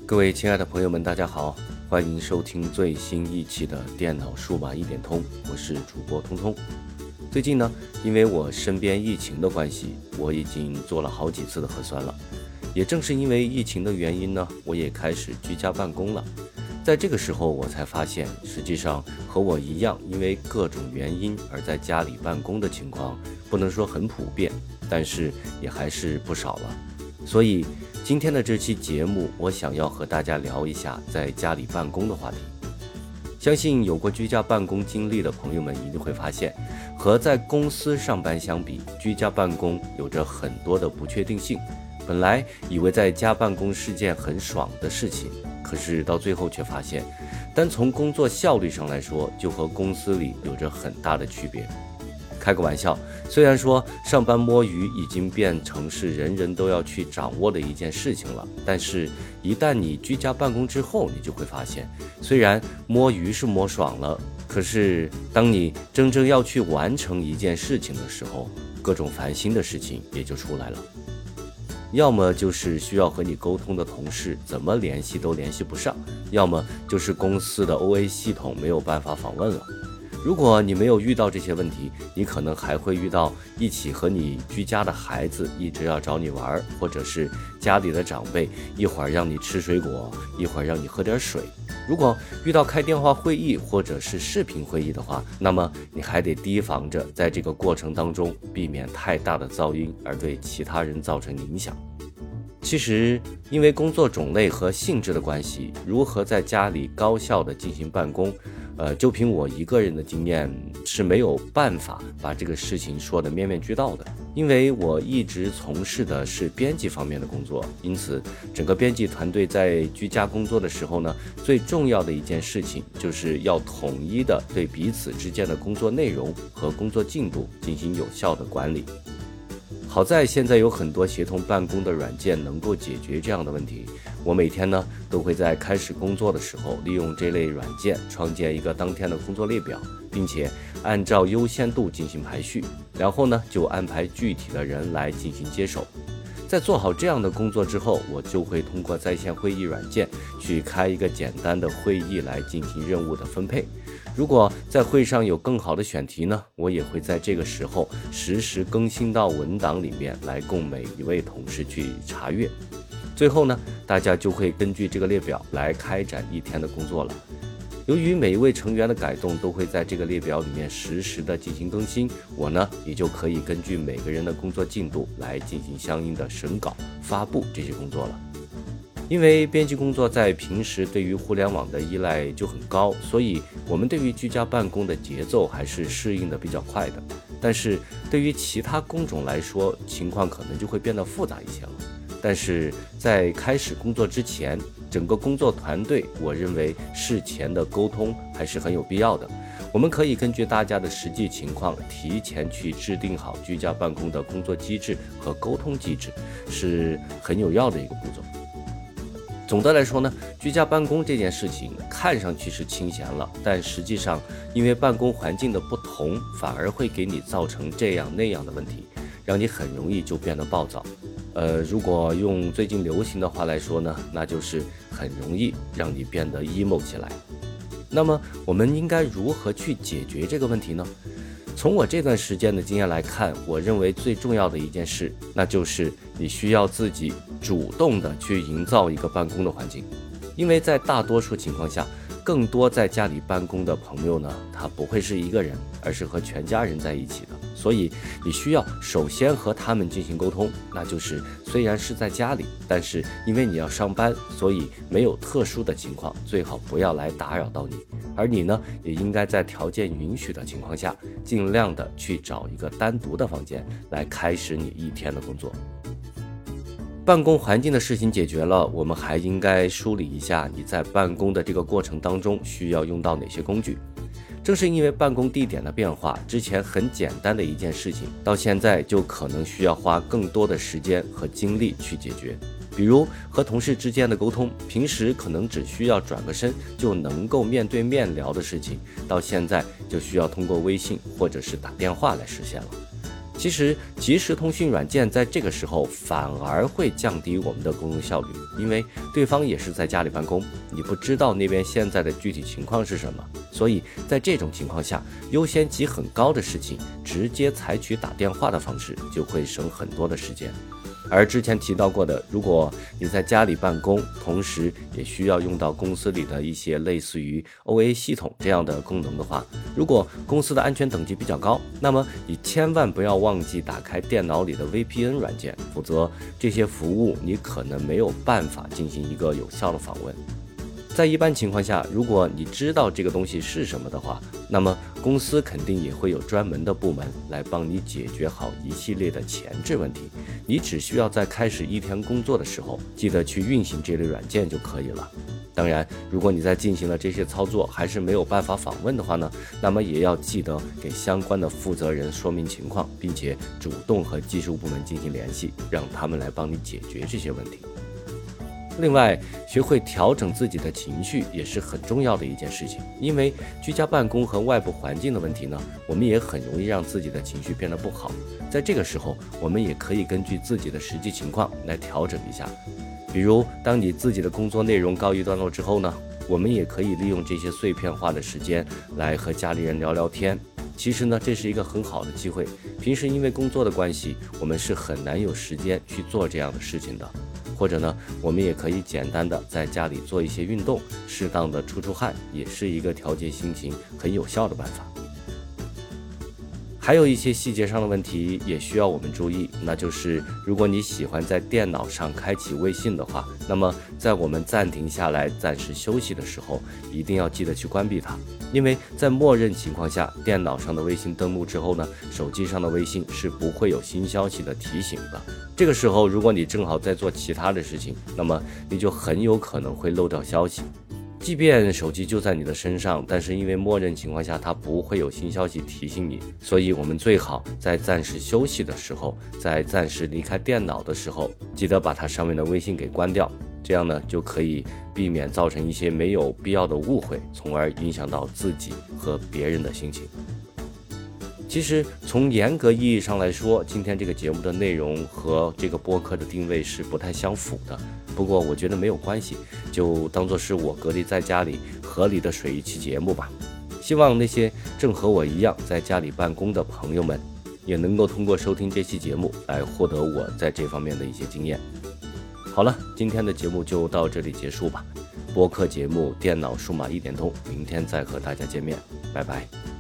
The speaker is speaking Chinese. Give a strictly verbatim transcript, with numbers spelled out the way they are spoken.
各位亲爱的朋友们，大家好，欢迎收听最新一期的电脑数码一点通，我是主播通通。最近呢，因为我身边疫情的关系，我已经做了好几次的核酸了。也正是因为疫情的原因呢，我也开始居家办公了。在这个时候，我才发现，实际上和我一样，因为各种原因而在家里办公的情况，不能说很普遍，但是也还是不少了。所以今天的这期节目，我想要和大家聊一下在家里办公的话题。相信有过居家办公经历的朋友们一定会发现，和在公司上班相比，居家办公有着很多的不确定性。本来以为在家办公是件很爽的事情，可是到最后却发现，单从工作效率上来说，就和公司里有着很大的区别。开个玩笑，虽然说上班摸鱼已经变成是人人都要去掌握的一件事情了，但是一旦你居家办公之后，你就会发现，虽然摸鱼是摸爽了，可是当你真正要去完成一件事情的时候，各种烦心的事情也就出来了。要么就是需要和你沟通的同事怎么联系都联系不上，要么就是公司的 O A 系统没有办法访问了。如果你没有遇到这些问题，你可能还会遇到一起和你居家的孩子一直要找你玩，或者是家里的长辈一会儿让你吃水果，一会儿让你喝点水。如果遇到开电话会议或者是视频会议的话，那么你还得提防着在这个过程当中避免太大的噪音而对其他人造成影响。其实因为工作种类和性质的关系，如何在家里高效地进行办公，呃，就凭我一个人的经验是没有办法把这个事情说得面面俱到的。因为我一直从事的是编辑方面的工作，因此整个编辑团队在居家工作的时候呢，最重要的一件事情就是要统一的对彼此之间的工作内容和工作进度进行有效的管理。好在现在有很多协同办公的软件能够解决这样的问题。我每天呢都会在开始工作的时候利用这类软件创建一个当天的工作列表，并且按照优先度进行排序，然后呢就安排具体的人来进行接手。在做好这样的工作之后，我就会通过在线会议软件去开一个简单的会议来进行任务的分配。如果在会上有更好的选题呢，我也会在这个时候实时更新到文档里面来供每一位同事去查阅。最后呢，大家就会根据这个列表来开展一天的工作了。由于每一位成员的改动都会在这个列表里面实时的进行更新，我呢也就可以根据每个人的工作进度来进行相应的审稿、发布这些工作了。因为编辑工作在平时对于互联网的依赖就很高，所以我们对于居家办公的节奏还是适应的比较快的。但是对于其他工种来说，情况可能就会变得复杂一些了。但是在开始工作之前，整个工作团队我认为事前的沟通还是很有必要的。我们可以根据大家的实际情况提前去制定好居家办公的工作机制和沟通机制，是很有效的一个步骤。总的来说呢，居家办公这件事情看上去是清闲了，但实际上因为办公环境的不同，反而会给你造成这样那样的问题，让你很容易就变得暴躁。呃，如果用最近流行的话来说呢，那就是很容易让你变得 emo 起来。那么我们应该如何去解决这个问题呢？从我这段时间的经验来看，我认为最重要的一件事，那就是你需要自己主动的去营造一个办公的环境。因为在大多数情况下，更多在家里办公的朋友呢，他不会是一个人，而是和全家人在一起的。所以你需要首先和他们进行沟通，那就是虽然是在家里，但是因为你要上班，所以没有特殊的情况，最好不要来打扰到你。而你呢，也应该在条件允许的情况下，尽量的去找一个单独的房间来开始你一天的工作。办公环境的事情解决了，我们还应该梳理一下你在办公的这个过程当中需要用到哪些工具。正是因为办公地点的变化，之前很简单的一件事情，到现在就可能需要花更多的时间和精力去解决。比如和同事之间的沟通，平时可能只需要转个身就能够面对面聊的事情，到现在就需要通过微信或者是打电话来实现了。 其实即时通讯软件在这个时候反而会降低我们的沟通效率，因为对方也是在家里办公，你不知道那边现在的具体情况是什么，所以在这种情况下，优先级很高的事情直接采取打电话的方式，就会省很多的时间。而之前提到过的，如果你在家里办公，同时也需要用到公司里的一些类似于 O A 系统这样的功能的话，如果公司的安全等级比较高，那么你千万不要忘记打开电脑里的 V P N 软件，否则这些服务你可能没有办法进行一个有效的访问。在一般情况下，如果你知道这个东西是什么的话，那么公司肯定也会有专门的部门来帮你解决好一系列的前置问题。你只需要在开始一天工作的时候，记得去运行这类软件就可以了。当然，如果你在进行了这些操作还是没有办法访问的话呢，那么也要记得给相关的负责人说明情况，并且主动和技术部门进行联系，让他们来帮你解决这些问题。另外，学会调整自己的情绪也是很重要的一件事情，因为居家办公和外部环境的问题呢，我们也很容易让自己的情绪变得不好。在这个时候，我们也可以根据自己的实际情况来调整一下。比如，当你自己的工作内容告一段落之后呢，我们也可以利用这些碎片化的时间来和家里人聊聊天。其实呢，这是一个很好的机会。平时因为工作的关系，我们是很难有时间去做这样的事情的。或者呢，我们也可以简单的在家里做一些运动，适当的出出汗，也是一个调节心情很有效的办法。还有一些细节上的问题也需要我们注意，那就是如果你喜欢在电脑上开启微信的话，那么在我们暂停下来暂时休息的时候，一定要记得去关闭它，因为在默认情况下，电脑上的微信登录之后呢，手机上的微信是不会有新消息的提醒的。这个时候，如果你正好在做其他的事情，那么你就很有可能会漏掉消息。即便手机就在你的身上，但是因为默认情况下它不会有新消息提醒你，所以我们最好在暂时休息的时候，在暂时离开电脑的时候，记得把它上面的微信给关掉，这样呢就可以避免造成一些没有必要的误会，从而影响到自己和别人的心情。其实从严格意义上来说，今天这个节目的内容和这个播客的定位是不太相符的，不过我觉得没有关系，就当作是我隔离在家里合理的水一期节目吧。希望那些正和我一样在家里办公的朋友们，也能够通过收听这期节目来获得我在这方面的一些经验。好了，今天的节目就到这里结束吧。播客节目电脑数码一点通，明天再和大家见面，拜拜。